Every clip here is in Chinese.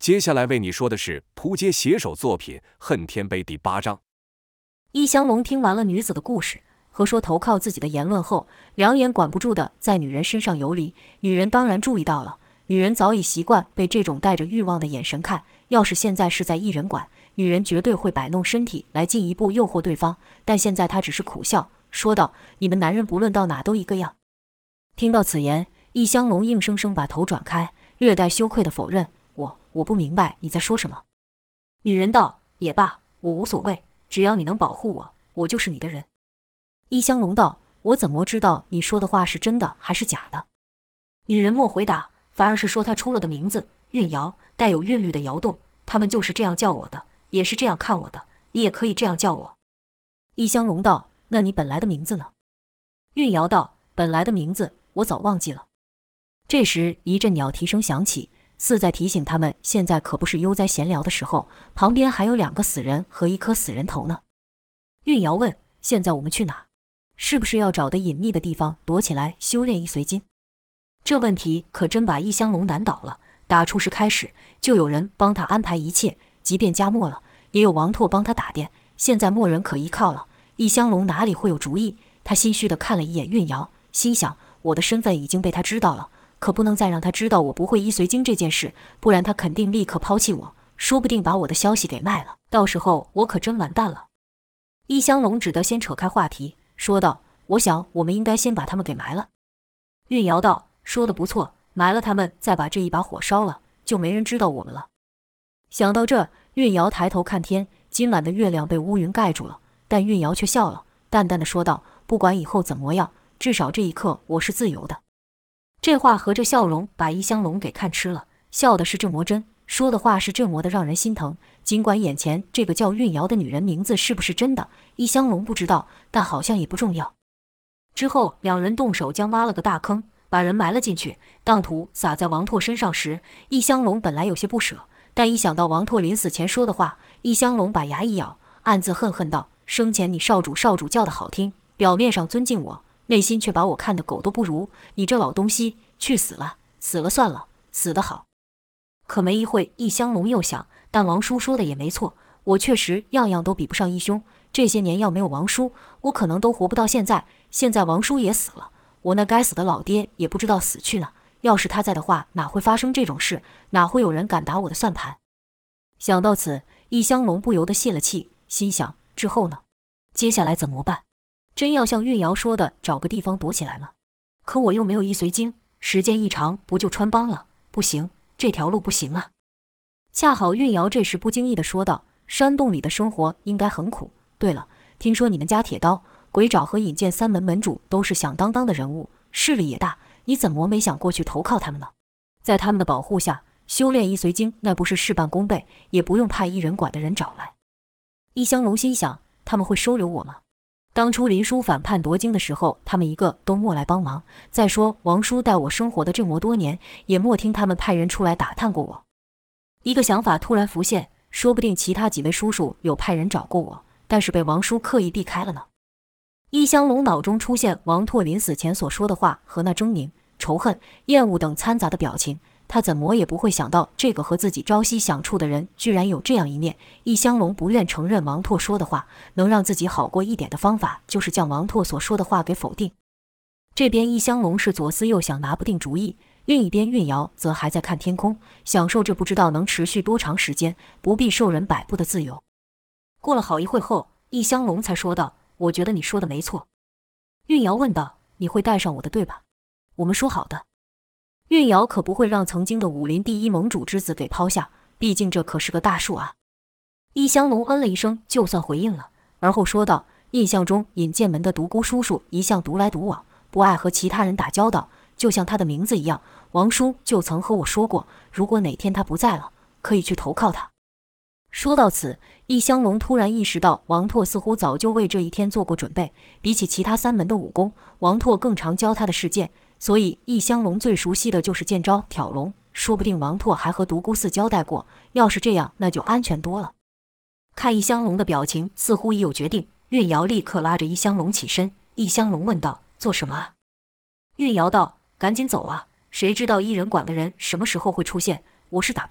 接下来为你说的是扑街写手作品《恨天碑》第8章。 易香龙听完了女子的故事和说投靠自己的言论后，两眼管不住的在女人身上游离。女人当然注意到了，女人早已习惯被这种带着欲望的眼神看，要是现在是在艺人馆，女人绝对会摆弄身体来进一步诱惑对方，但现在她只是苦笑说道：“你们男人不论到哪都一个样。”听到此言，易香龙硬生生把头转开，略带羞愧的否认：“我不明白你在说什么。”女人道：“也罢，我无所谓，只要你能保护我，我就是你的人。”易香龙道：“我怎么知道你说的话是真的还是假的？”女人莫回答，反而是说她出了的名字韵瑶，带有韵律的摇动，他们就是这样叫我的，也是这样看我的，你也可以这样叫我。易香龙道：“那你本来的名字呢？”韵瑶道：“本来的名字我早忘记了。”这时一阵鸟啼声响起，似在提醒他们现在可不是悠哉闲聊的时候，旁边还有2个死人和1颗死人头呢。韵瑶问：“现在我们去哪？是不是要找的隐秘的地方躲起来修炼一随经？”这问题可真把易香龙难倒了。打出时开始，就有人帮他安排一切，即便加墨了，也有王拓帮他打电。现在没人可依靠了，易香龙哪里会有主意？他心虚地看了一眼韵瑶，心想：我的身份已经被他知道了，可不能再让他知道我不会医随经这件事，不然他肯定立刻抛弃我，说不定把我的消息给卖了，到时候我可真完蛋了。易香龙只得先扯开话题，说道：“我想我们应该先把他们给埋了。”韵瑶道：“说得不错，埋了他们，再把这一把火烧了，就没人知道我们了。”想到这，韵瑶抬头看天，今晚的月亮被乌云盖住了，但韵瑶却笑了，淡淡的说道：“不管以后怎么样，至少这一刻我是自由的。”这话和这笑容把易香龙给看吃了，笑的是这么真，说的话是这么的让人心疼。尽管眼前这个叫韵瑶的女人名字是不是真的，易香龙不知道，但好像也不重要。之后两人动手将挖了个大坑，把人埋了进去。当土撒在王拓身上时，易香龙本来有些不舍，但一想到王拓临死前说的话，易香龙把牙一咬，暗自恨道：生前你少主叫得好听，表面上尊敬我，内心却把我看得狗都不如，你这老东西，去死了，死了算了，死得好。可没一会，易香龙又想，但王叔说的也没错，我确实样样都比不上义兄，这些年要没有王叔，我可能都活不到现在。现在王叔也死了，我那该死的老爹也不知道死去哪，要是他在的话，哪会发生这种事，哪会有人敢打我的算盘。想到此，易香龙不由得泄了气，心想之后呢？接下来怎么办？真要像韵瑶说的找个地方躲起来吗？可我又没有医随经，时间一长不就穿帮了？不行，这条路不行啊。恰好韵瑶这时不经意地说道：山洞里的生活应该很苦，对了，听说你们家铁刀、鬼爪和引剑3门门主都是响当当的人物，势力也大，你怎么没想过去投靠他们呢？在他们的保护下修炼医随经，那不是事半功倍，也不用派医人馆的人找来。易香龙心想，他们会收留我吗？当初林叔反叛夺经的时候，他们一个都莫来帮忙。再说王叔带我生活的这么多年，也莫听他们派人出来打探过我。一个想法突然浮现，说不定其他几位叔叔有派人找过我，但是被王叔刻意避开了呢。易香龙脑中出现王拓临死前所说的话和那狰狞、仇恨、厌恶等掺杂的表情，他怎么也不会想到这个和自己朝夕相处的人居然有这样一面。易香龙不愿承认王拓说的话，能让自己好过一点的方法就是将王拓所说的话给否定。这边易香龙是左思右想拿不定主意，另一边韵瑶则还在看天空，享受这不知道能持续多长时间不必受人摆布的自由。过了好一会后，易香龙才说道：我觉得你说的没错。韵瑶问道：你会带上我的对吧？我们说好的。韵瑶可不会让曾经的武林第一盟主之子给抛下，毕竟这可是个大树啊。易香龙嗯了一声，就算回应了，而后说道：印象中引剑门的独孤叔叔一向独来独往，不爱和其他人打交道，就像他的名字一样，王叔就曾和我说过，如果哪天他不在了，可以去投靠他。说到此，易香龙突然意识到王拓似乎早就为这一天做过准备，比起其他3门的武功，王拓更常教他的是剑，所以易香龙最熟悉的就是剑招挑龙，说不定王拓还和独孤寺交代过，要是这样那就安全多了。看易香龙的表情似乎已有决定，韵瑶立刻拉着易香龙起身。易香龙问道：做什么啊？韵瑶道：赶紧走啊，谁知道医人馆的人什么时候会出现，我是打不过，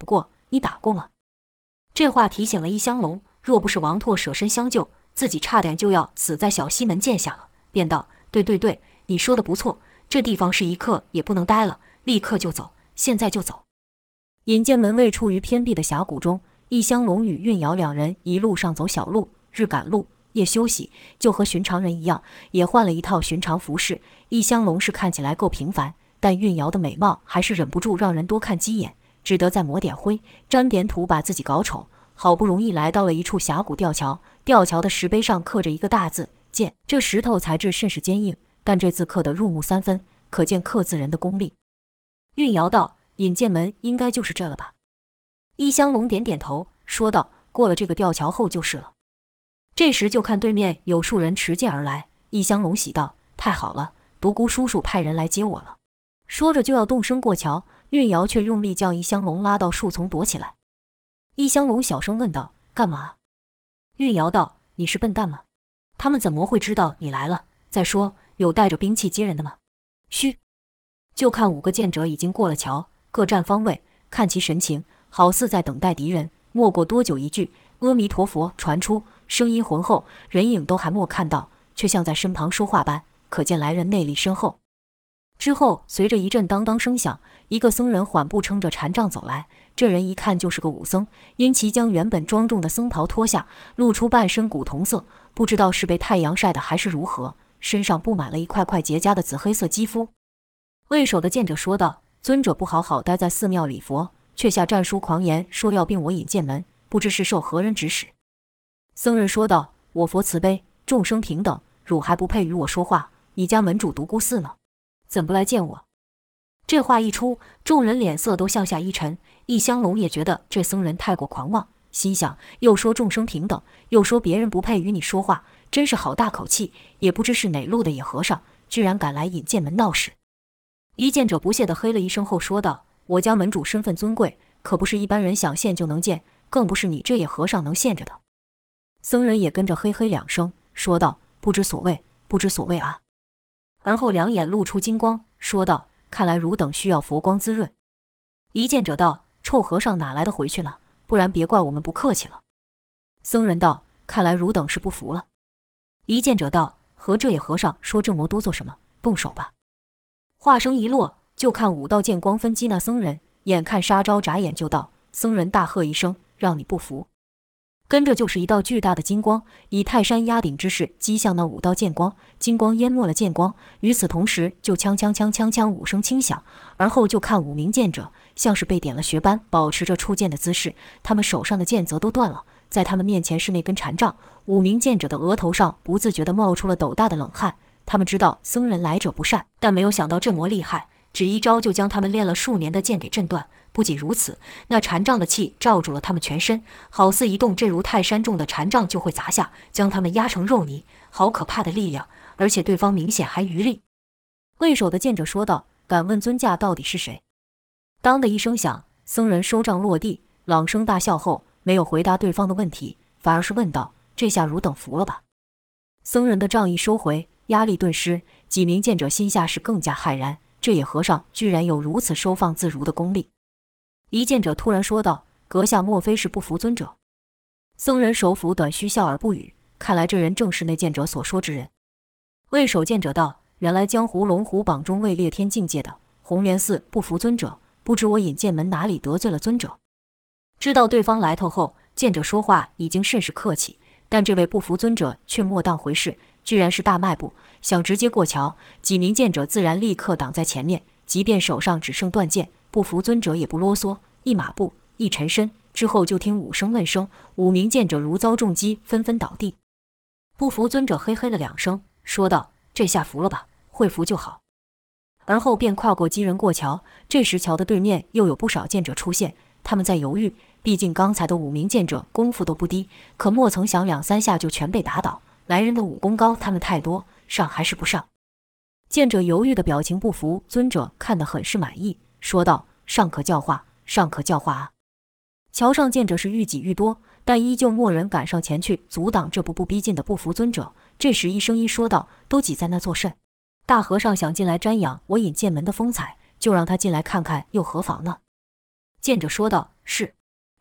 你打过吗？”这话提醒了一香龙，若不是王拓舍身相救，自己差点就要死在小西门剑下了，便道：“对，你说的不错，这地方是一刻也不能待了，立刻就走，现在就走。”引剑门位处于偏僻的峡谷中，一香龙与韵瑶两人一路上走小路，日赶路，夜休息，就和寻常人一样，也换了一套寻常服饰。一香龙是看起来够平凡，但韵瑶的美貌还是忍不住让人多看几眼，只得再抹点灰，沾点土，把自己搞丑。好不容易来到了一处峡谷吊桥，吊桥的石碑上刻着一个大字“剑”，这石头材质甚是坚硬，但这字刻得入木三分，可见刻字人的功力。韵瑶道：“引剑门应该就是这了吧？”一香龙点点头，说道：“过了这个吊桥后就是了。”这时就看对面有数人持剑而来，一香龙喜道：“太好了，独孤叔叔派人来接我了。”说着就要动身过桥，韵瑶却用力将一香龙拉到树丛躲起来。一香龙小声问道：“干嘛？”韵瑶道：“你是笨蛋吗？他们怎么会知道你来了？再说，有带着兵器接人的吗？”嘘！就看5个剑者已经过了桥，各占方位，看其神情，好似在等待敌人。没过多久，一句“阿弥陀佛”传出，声音浑厚，人影都还没看到，却像在身旁说话般，可见来人内力深厚。之后随着一阵当当声响，一个僧人缓步撑着禅杖走来。这人一看就是个武僧，因其将原本庄重的僧袍脱下，露出半身古铜色，不知道是被太阳晒的还是如何，身上布满了一块块结痂的紫黑色肌肤。为首的剑者说道：“尊者不好好待在寺庙礼佛，却下战书狂言说要并我引剑门，不知是受何人指使？”僧人说道：“我佛慈悲，众生平等，汝还不配与我说话？你家门主独孤寺呢？怎不来见我？”这话一出，众人脸色都向下一沉。一香龙也觉得这僧人太过狂妄，心想：又说众生平等，又说别人不配与你说话，真是好大口气，也不知是哪路的野和尚，居然敢来引剑门闹事。一剑者不屑地嘿了一声后说道：“我家门主身份尊贵，可不是一般人想见就能见，更不是你这野和尚能现着的。”僧人也跟着嘿嘿2声，说道：“不知所谓，不知所谓啊。”而后两眼露出金光，说道：“看来汝等需要佛光滋润。”一剑者道：“臭和尚哪来的回去呢？不然别怪我们不客气了。”僧人道：“看来汝等是不服了。”一剑者道：“和这野和尚说这么多做什么？动手吧。”话声一落，就看5道剑光分击那僧人，眼看杀招，眨眼就到。僧人大喝一声：“让你不服！”跟着就是一道巨大的金光，以泰山压顶之势击向那5道剑光，金光淹没了剑光。与此同时，就锵锵锵锵锵5声轻响，而后就看5名剑者像是被点了穴般，保持着出剑的姿势，他们手上的剑则都断了。在他们面前是那根禅杖，5名剑者的额头上不自觉地冒出了斗大的冷汗。他们知道僧人来者不善，但没有想到这么厉害，只一招就将他们练了数年的剑给震断。不仅如此，那禅杖的气罩住了他们全身，好似一动这如泰山重的禅杖就会砸下，将他们压成肉泥。好可怕的力量，而且对方明显还余力。为首的剑者说道：“敢问尊驾到底是谁？”当的一声响，僧人收杖落地，朗声大笑后，没有回答对方的问题，反而是问道：“这下汝等服了吧？”僧人的杖一收回，压力顿失，几名剑者心下是更加骇然，这野和尚居然有如此收放自如的功力。一剑者突然说道：“阁下莫非是不服尊者？”僧人手抚短须，笑而不语。看来这人正是那剑者所说之人。为首剑者道：“原来江湖龙虎榜中位列天境界的红莲寺不服尊者，不知我引剑门哪里得罪了尊者？”知道对方来头后，剑者说话已经甚是客气，但这位不服尊者却莫当回事，居然是大迈步，想直接过桥。几名剑者自然立刻挡在前面，即便手上只剩断剑，不服尊者也不啰嗦，一马步一沉身，之后就听5声问声，5名剑者如遭重击，纷纷倒地。不服尊者嘿嘿了2声，说道：“这下服了吧，会服就好。”而后便跨过击人过桥。这时桥的对面又有不少剑者出现，他们在犹豫，毕竟刚才的5名剑者功夫都不低，可莫曾想2、3下就全被打倒。来人的武功高他们太多，上还是不上？剑者犹豫的表情不服，尊者看得很是满意，说道：“尚可教化，尚可教化啊！”桥上剑者是愈挤愈多，但依旧没人赶上前去阻挡这步步逼近的不服尊者。这时一声音说道：“都挤在那作甚？大和尚想进来瞻仰我引剑门的风采，就让他进来看看又何妨呢？”剑者说道：“是。”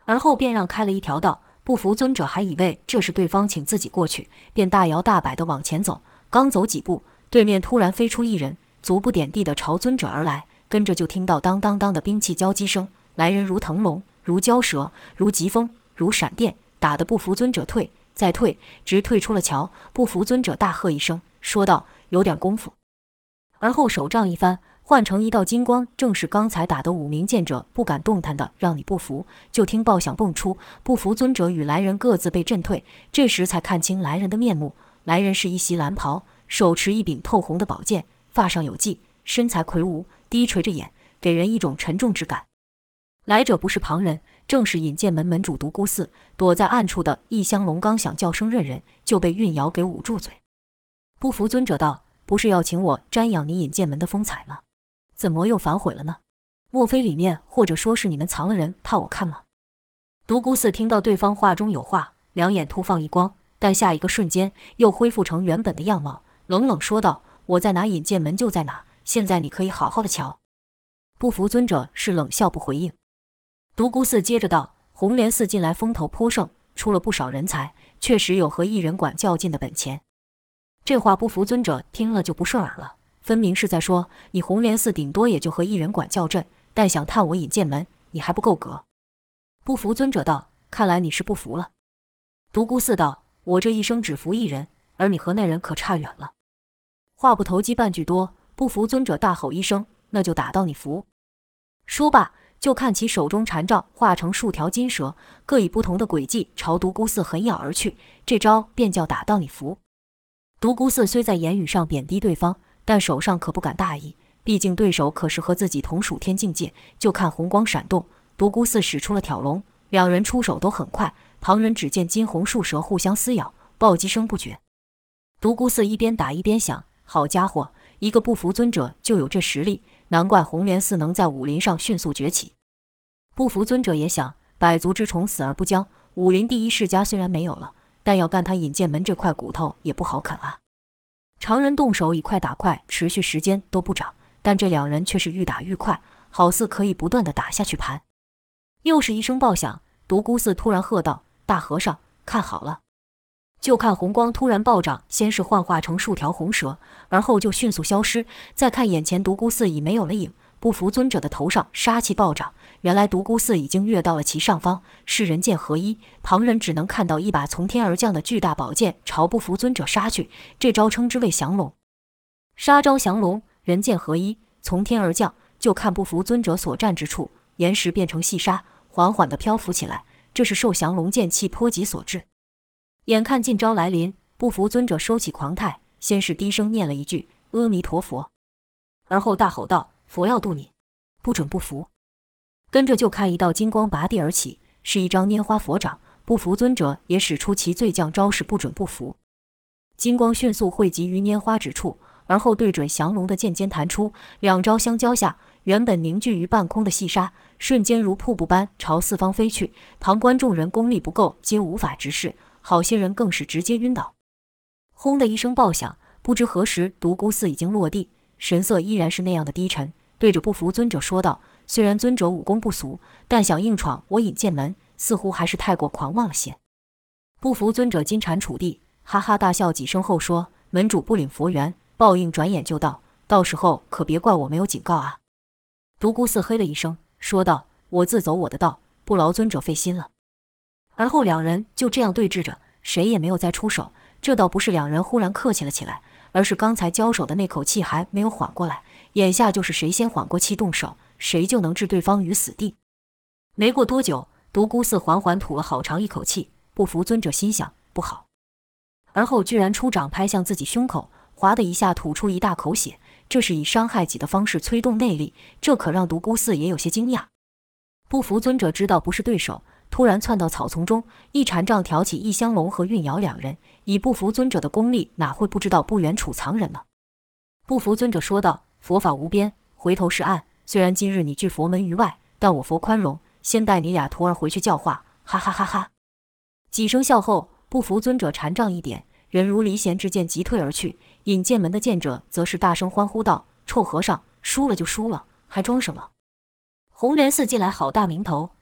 而后便让开了一条道。不服尊者还以为这是对方请自己过去，便大摇大摆地往前走。刚走几步，对面突然飞出一人，足不点地地朝尊者而来，跟着就听到当当当的兵器交击声。来人如腾龙，如蛟蛇，如疾风，如闪电，打得不服尊者退再退，直退出了桥。不服尊者大喝一声，说道：“有点功夫。”而后手杖一翻，换成一道金光，正是刚才打得5名剑者不敢动弹的。让你不服！就听爆响蹦出，不服尊者与来人各自被震退。这时才看清来人的面目，来人是一袭蓝袍，手持一柄透红的宝剑，发上有髻，身材魁梧，低垂着眼，给人一种沉重之感。来者不是旁人，正是引剑门门主独孤寺。躲在暗处的异香龙刚想叫声认人，就被运瑶给捂住嘴。不服尊者道：“不是要请我瞻仰你引剑门的风采吗？怎么又反悔了呢？莫非里面或者说是你们藏了人，怕我看吗？”独孤寺听到对方话中有话，两眼突放一光，但下一个瞬间又恢复成原本的样貌，冷冷说道：“我在哪引剑门就在哪，现在你可以好好的瞧。”不服尊者是冷笑不回应。独孤寺接着道：“红莲寺近来风头颇盛，出了不少人才，确实有和异人馆较劲的本钱。”这话不服尊者听了就不顺耳了，分明是在说你红莲寺顶多也就和异人馆较阵，但想探我引剑门，你还不够格。不服尊者道：“看来你是不服了。”独孤寺道：“我这一生只服一人，而你和那人可差远了。”话不投机半句多，不服尊者大吼一声：“那就打到你服！”说罢，就看其手中禅杖化成数条金蛇，各以不同的轨迹朝独孤寺横咬而去。这招便叫打到你服。独孤寺虽在言语上贬低对方，但手上可不敢大意，毕竟对手可是和自己同属天境界。就看红光闪动，独孤寺使出了挑龙，两人出手都很快。旁人只见金红树蛇互相撕咬，爆击声不绝。独孤寺一边打一边想：好家伙，一个不服尊者就有这实力，难怪红莲寺能在武林上迅速崛起。不服尊者也想，百足之虫死而不僵，武林第一世家虽然没有了，但要干他引剑门这块骨头也不好啃啊。常人动手以快打快，持续时间都不长，但这两人却是愈打愈快，好似可以不断地打下去盘。又是一声爆响，独孤寺突然喝道：“大和尚，看好了！”就看红光突然暴涨，先是幻化成数条红蛇，而后就迅速消失。再看眼前，独孤寺已没有了影。不服尊者的头上杀气暴涨，原来独孤寺已经跃到了其上方，是人剑合一。旁人只能看到一把从天而降的巨大宝剑朝不服尊者杀去，这招称之为降龙。杀招降龙，人剑合一，从天而降。就看不服尊者所站之处，岩石变成细沙，缓缓地漂浮起来，这是受降龙剑气波及所致。眼看近招来临，不服尊者收起狂态，先是低声念了一句阿弥陀佛，而后大吼道：“佛要渡你，不准不服！”跟着就看一道金光拔地而起，是一张拈花佛掌。不服尊者也使出其最将招式，不准不服。金光迅速汇集于拈花指处，而后对准降龙的剑尖弹出，两招相交下，原本凝聚于半空的细沙，瞬间如瀑布般朝四方飞去。旁观众人功力不够，皆无法直视，好些人更是直接晕倒。轰的一声爆响，不知何时独孤寺已经落地，神色依然是那样的低沉，对着不服尊者说道：“虽然尊者武功不俗，但想硬闯我引剑门，似乎还是太过狂妄了些。”不服尊者金蝉杵地，哈哈大笑几声后说：“门主不领佛缘，报应转眼就到，到时候可别怪我没有警告啊。”独孤寺嘿了一声，说道：“我自走我的道，不劳尊者费心了。”而后两人就这样对峙着，谁也没有再出手。这倒不是两人忽然客气了起来，而是刚才交手的那口气还没有缓过来，眼下就是谁先缓过气动手，谁就能置对方于死地。没过多久，独孤寺缓缓吐了好长一口气，不服尊者心想不好，而后居然出掌拍向自己胸口，哗的一下吐出一大口血，这是以伤害己的方式催动内力，这可让独孤寺也有些惊讶。不服尊者知道不是对手，突然窜到草丛中，一禅杖挑起异香龙和运瑶两人。以不服尊者的功力，哪会不知道不远处藏人呢？不服尊者说道：“佛法无边，回头是岸。虽然今日你拒佛门于外，但我佛宽容，先带你俩徒儿回去教化。”哈哈哈哈！几声笑后，不服尊者禅杖一点，人如离弦之箭急退而去。引剑门的剑者则是大声欢呼道：“臭和尚，输了就输了，还装什么？红莲寺近来好大名头，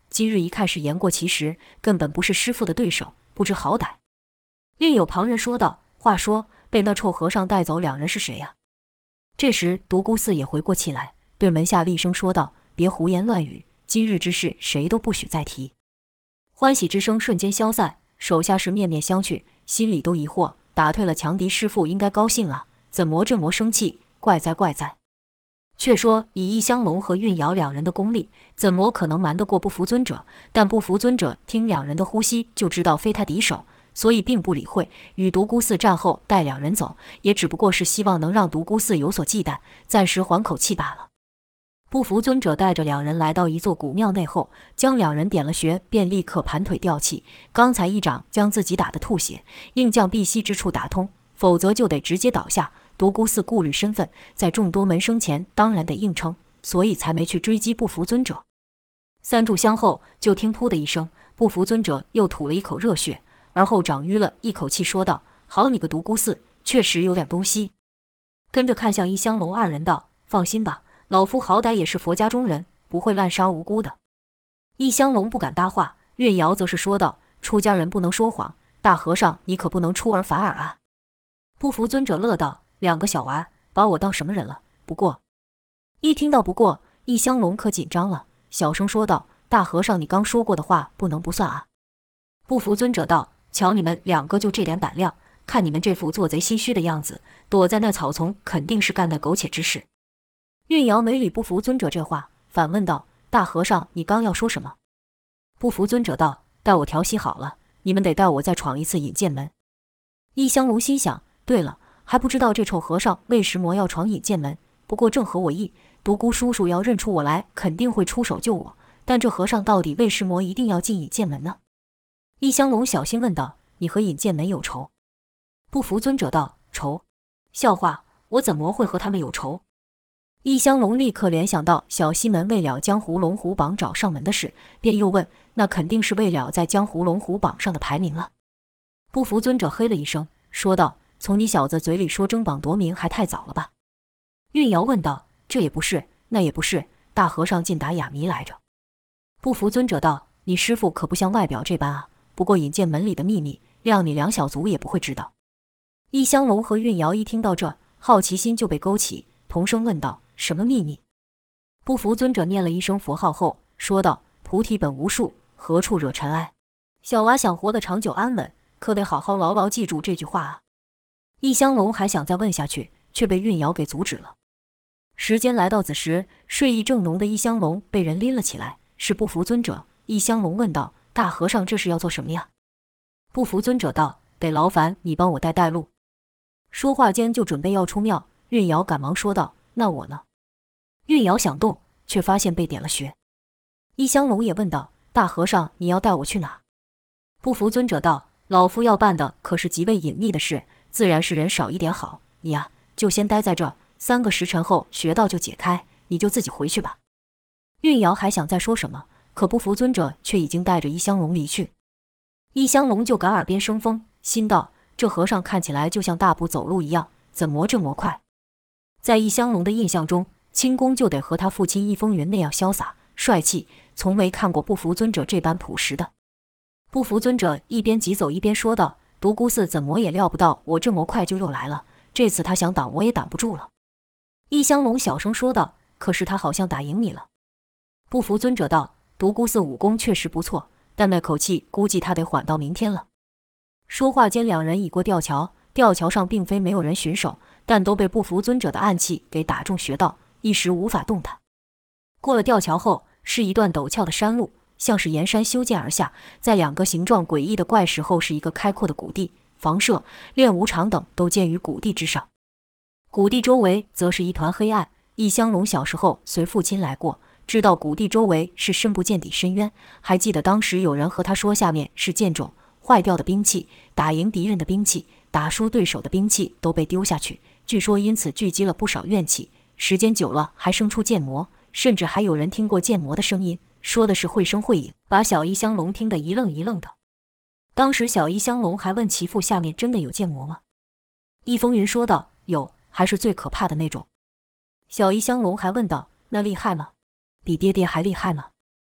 今日一看是言过其实，根本不是师傅的对手，不知好歹。另有旁人说道：话说被那臭和尚带走两人是谁呀？这时独孤寺也回过气来，对门下厉声说道：别胡言乱语，今日之事谁都不许再提。欢喜之声瞬间消散，手下是面面相觑，心里都疑惑，打退了强敌师傅应该高兴啊，怎么这么生气？怪哉怪哉！却说以易香龙和运瑶两人的功力，怎么可能瞒得过不服尊者？但不服尊者听两人的呼吸就知道非他敌手，所以并不理会，与独孤寺战后带两人走，也只不过是希望能让独孤寺有所忌惮，暂时缓口气罢了。不服尊者带着两人来到一座古庙内后，将两人点了穴，便立刻盘腿吊气。刚才一掌将自己打得吐血，硬将闭息之处打通，否则就得直接倒下。独孤寺顾虑身份，在众多门生前当然得硬撑，所以才没去追击不服尊者。三炷香后，就听噗的一声，不服尊者又吐了一口热血，而后长吁了一口气，说道：好你个独孤寺，确实有点东西。跟着看向一香龙二人道：放心吧，老夫好歹也是佛家中人，不会滥杀无辜的。一香龙不敢搭话，月瑶则是说道：出家人不能说谎，大和尚你可不能出尔反尔啊。不服尊者乐道：两个小娃把我当什么人了？不过……一听到不过，一香龙可紧张了，小声说道：大和尚你刚说过的话不能不算啊。不服尊者道：瞧你们两个就这点胆量，看你们这副做贼心虚的样子，躲在那草丛肯定是干那苟且之事。运瑶没理不服尊者这话，反问道：大和尚你刚要说什么？不服尊者道：待我调息好了，你们得带我再闯一次引剑门。一香龙心想：对了，还不知道这臭和尚为什么要闯引剑门，不过正合我意，独孤叔叔要认出我来肯定会出手救我，但这和尚到底为什么一定要进引剑门呢？一香龙小心问道：你和引剑门有仇？不服尊者道：仇？笑话，我怎么会和他们有仇？一香龙立刻联想到小西门为了江湖龙虎榜找上门的事，便又问：那肯定是为了在江湖龙虎榜上的排名了。不服尊者嘿了一声，说道：从你小子嘴里说争榜夺名还太早了吧？运瑶问道：这也不是，那也不是，大和尚尽打哑谜来着。不服尊者道：你师父可不像外表这般啊，不过引剑门里的秘密，谅你两小卒也不会知道。一香龙和运瑶一听到这，好奇心就被勾起，同声问道：什么秘密？不服尊者念了一声佛号后，说道：菩提本无树，何处惹尘埃？小娃想活得长久安稳，可得好好牢牢记住这句话啊。一香龙还想再问下去，却被运瑶给阻止了。时间来到子时，睡意正浓的一香龙被人拎了起来，是不服尊者。一香龙问道：大和尚这是要做什么呀？不服尊者道：得劳烦你帮我带路。说话间就准备要出庙，运瑶赶忙说道：那我呢？运瑶想动，却发现被点了穴。一香龙也问道：大和尚你要带我去哪？不服尊者道：老夫要办的可是极为隐秘的事，自然是人少一点好，你呀就先待在这，3个时辰后穴道就解开，你就自己回去吧。运瑶还想再说什么，可不服尊者却已经带着一香龙离去。一香龙就赶耳边生风，心道：这和尚看起来就像大步走路一样，怎么这么快？在一香龙的印象中，轻功就得和他父亲易风云那样潇洒帅气，从没看过不服尊者这般朴实的。不服尊者一边疾走一边说道：独孤寺怎么也料不到我这么快就又来了，这次他想挡我也挡不住了。一香龙小声说道：可是他好像打赢你了。不服尊者道：独孤寺武功确实不错，但那口气估计他得缓到明天了。说话间两人已过吊桥，吊桥上并非没有人巡守，但都被不服尊者的暗器给打中穴道，一时无法动弹。过了吊桥后，是一段陡峭的山路，像是沿山修建而下，在2个形状诡异的怪石后是一个开阔的谷地，房舍、练武场等都建于谷地之上。谷地周围则是一团黑暗。易香龙小时候随父亲来过，知道谷地周围是深不见底深渊，还记得当时有人和他说下面是剑冢，坏掉的兵器、打赢敌人的兵器、打输对手的兵器都被丢下去，据说因此聚集了不少怨气，时间久了还生出剑魔，甚至还有人听过剑魔的声音，说的是绘声绘影，把小一香龙听得一愣一愣的。当时小一香龙还问其父下面真的有剑魔吗？易风云说道：有，还是最可怕的那种。小一香龙还问道：那厉害吗？比爹爹还厉害吗？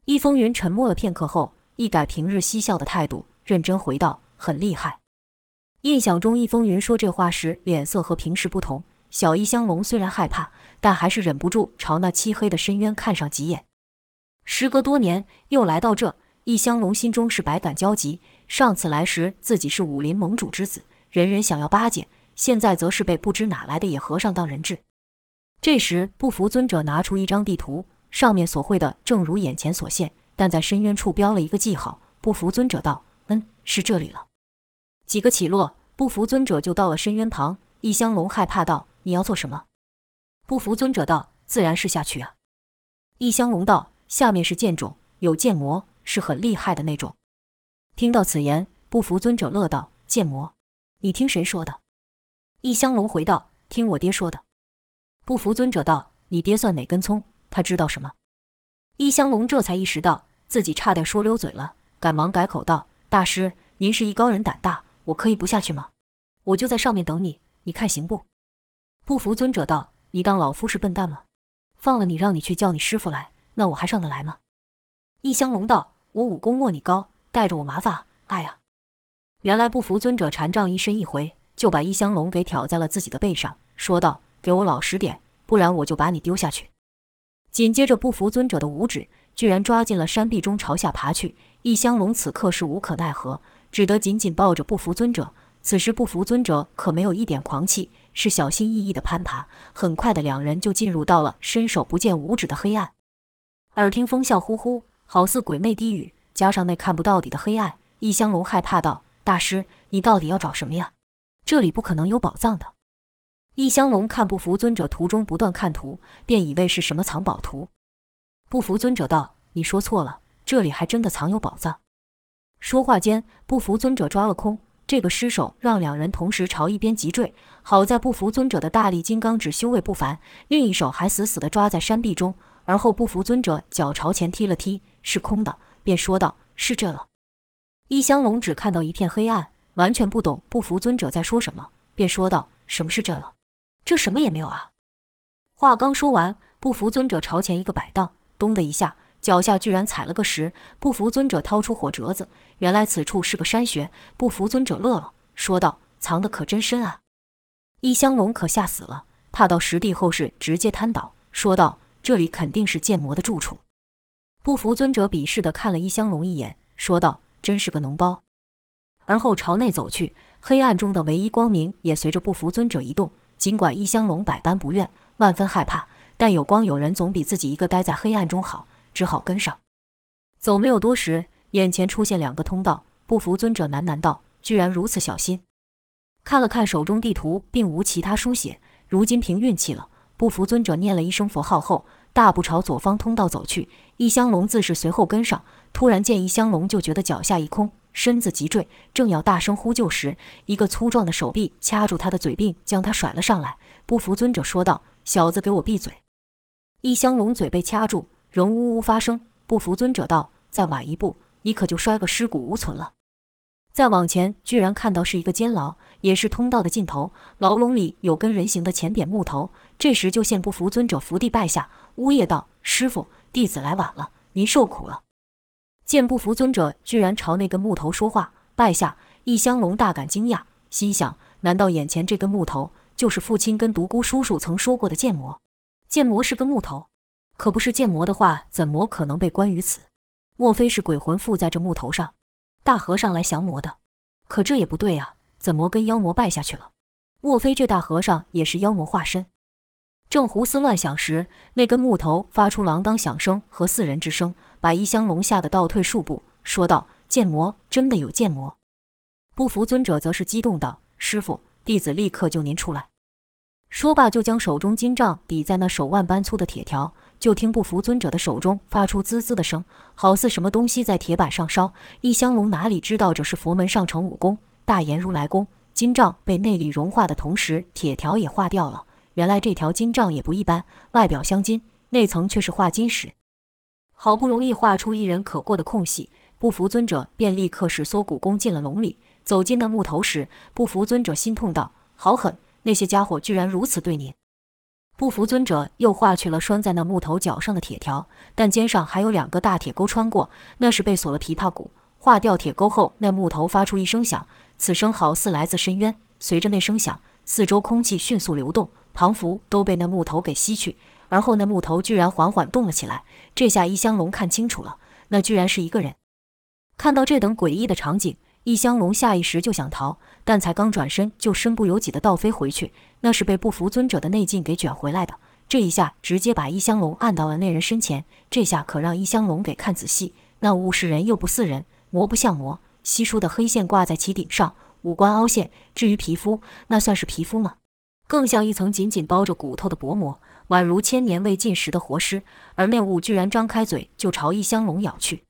易风云沉默了片刻后，一改平日嬉笑的态度，认真回道：“很厉害。”印象中，易风云说这话时脸色和平时不同。小易香龙虽然害怕，但还是忍不住朝那漆黑的深渊看上几眼。时隔多年，又来到这，易香龙心中是百感交集。上次来时，自己是武林盟主之子，人人想要巴结；现在则是被不知哪来的野和尚当人质。这时，不服尊者拿出一张地图，上面所绘的正如眼前所现，但在深渊处标了一个记号。不服尊者道：“是这里了。”几个起落，不服尊者就到了深渊旁。易香龙害怕道：“你要做什么？”不服尊者道：“自然是下去啊。”易香龙道：“下面是剑种，有剑魔，是很厉害的那种。”听到此言，不服尊者乐道：“剑魔？你听谁说的？”易香龙回道：“听我爹说的。”不服尊者道：“你爹算哪根葱？他知道什么？”易香龙这才意识到自己差点说溜嘴了，赶忙改口道：“大师，您是艺高人胆大，我可以不下去吗？我就在上面等你，你看行不？”不服尊者道：“你当老夫是笨蛋吗？放了你让你去叫你师傅来，那我还上得来吗？”易香龙道：“我武功莫你高，带着我麻烦，哎呀！”原来不服尊者禅杖一伸一回，就把易香龙给挑在了自己的背上，说道：“给我老实点，不然我就把你丢下去。”紧接着不服尊者的五指居然抓进了山壁中朝下爬去。易香龙此刻是无可奈何，只得紧紧抱着不服尊者。此时不服尊者可没有一点狂气，是小心翼翼的攀爬。很快的，两人就进入到了伸手不见五指的黑暗。耳听风笑呼呼，好似鬼魅低语，加上那看不到底的黑暗，易香龙害怕道：“大师，你到底要找什么呀？这里不可能有宝藏的。”易香龙看不服尊者途中不断看图，便以为是什么藏宝图。不服尊者道：“你说错了，这里还真的藏有宝藏。”说话间，不服尊者抓了空，这个失手让两人同时朝一边急坠。好在不服尊者的大力金刚指修为不凡，另一手还死死地抓在山壁中。而后不服尊者脚朝前踢了踢，是空的，便说道：“是这了。”易香龙只看到一片黑暗，完全不懂不服尊者在说什么，便说道：“什么是这了？这什么也没有啊！”话刚说完，不服尊者朝前一个摆荡，咚的一下，脚下居然踩了个石。不服尊者掏出火折子，原来此处是个山穴。不服尊者乐了，说道：“藏得可真深啊！”易香龙可吓死了，踏到实地后是直接瘫倒，说道：“这里肯定是剑魔的住处。”不服尊者鄙视地看了易香龙一眼，说道：“真是个脓包。”而后朝内走去，黑暗中的唯一光明也随着不服尊者移动。尽管易香龙百般不愿，万分害怕，但有光有人总比自己一个待在黑暗中好，只好跟上。走没有多时，眼前出现两个通道。不服尊者喃喃道：“居然如此小心。”看了看手中地图，并无其他书写，如今凭运气了。不服尊者念了一声佛号后，大步朝左方通道走去。易香龙自是随后跟上。突然间，易香龙就觉得脚下一空，身子急坠，正要大声呼救时，一个粗壮的手臂掐住他的嘴并将他甩了上来。不服尊者说道：“小子，给我闭嘴！”易香龙嘴被掐住，仍呜呜发声。不服尊者道：“再晚一步，你可就摔个尸骨无存了。”再往前，居然看到是一个监牢，也是通道的尽头。牢笼里有根人形的前扁木头。这时就见不服尊者伏地拜下，呜咽道：“师傅，弟子来晚了，您受苦了。”见不服尊者居然朝那根木头说话，拜下，易香龙大感惊讶，心想：难道眼前这根木头就是父亲跟独孤叔叔曾说过的剑魔？剑魔是根木头，可不是剑魔的话，怎么可能被关于此？莫非是鬼魂附在这木头上？大和尚来降魔的，可这也不对啊，怎么跟妖魔拜下去了？莫非这大和尚也是妖魔化身？正胡思乱想时，那根木头发出锒铛响声和四人之声，把易香龙吓得倒退数步，说道：“剑魔，真的有剑魔！”不服尊者则是激动道：“师傅，弟子立刻救您出来。”说罢就将手中金杖抵在那手腕般粗的铁条，就听不服尊者的手中发出滋滋的声，好似什么东西在铁板上烧。易香龙哪里知道这是佛门上乘武功大颜如来功，金杖被内力融化的同时，铁条也化掉了。原来这条金杖也不一般，外表镶金，内层却是化金石。好不容易画出一人可过的空隙，不服尊者便立刻使缩骨功进了笼里。走进那木头时，不服尊者心痛道：“好狠！那些家伙居然如此对您！” 不服尊者又划去了拴在那木头角上的铁条，但肩上还有2个大铁钩穿过，那是被锁了琵琶骨。划掉铁钩后，那木头发出一声响，此声好似来自深渊。随着那声响，四周空气迅速流动，彷佛都被那木头给吸去。而后那木头居然缓缓动了起来，这下异香龙看清楚了，那居然是一个人。看到这等诡异的场景，异香龙下意识就想逃，但才刚转身就身不由己地倒飞回去，那是被不服尊者的内劲给卷回来的。这一下直接把异香龙按到了那人身前，这下可让异香龙给看仔细，那物是人又不似人，魔不像魔，稀疏的黑线挂在其顶上，五官凹陷。至于皮肤，那算是皮肤吗？更像一层紧紧包着骨头的薄膜，宛如千年未进食的活尸。而那物居然张开嘴就朝异香龙咬去。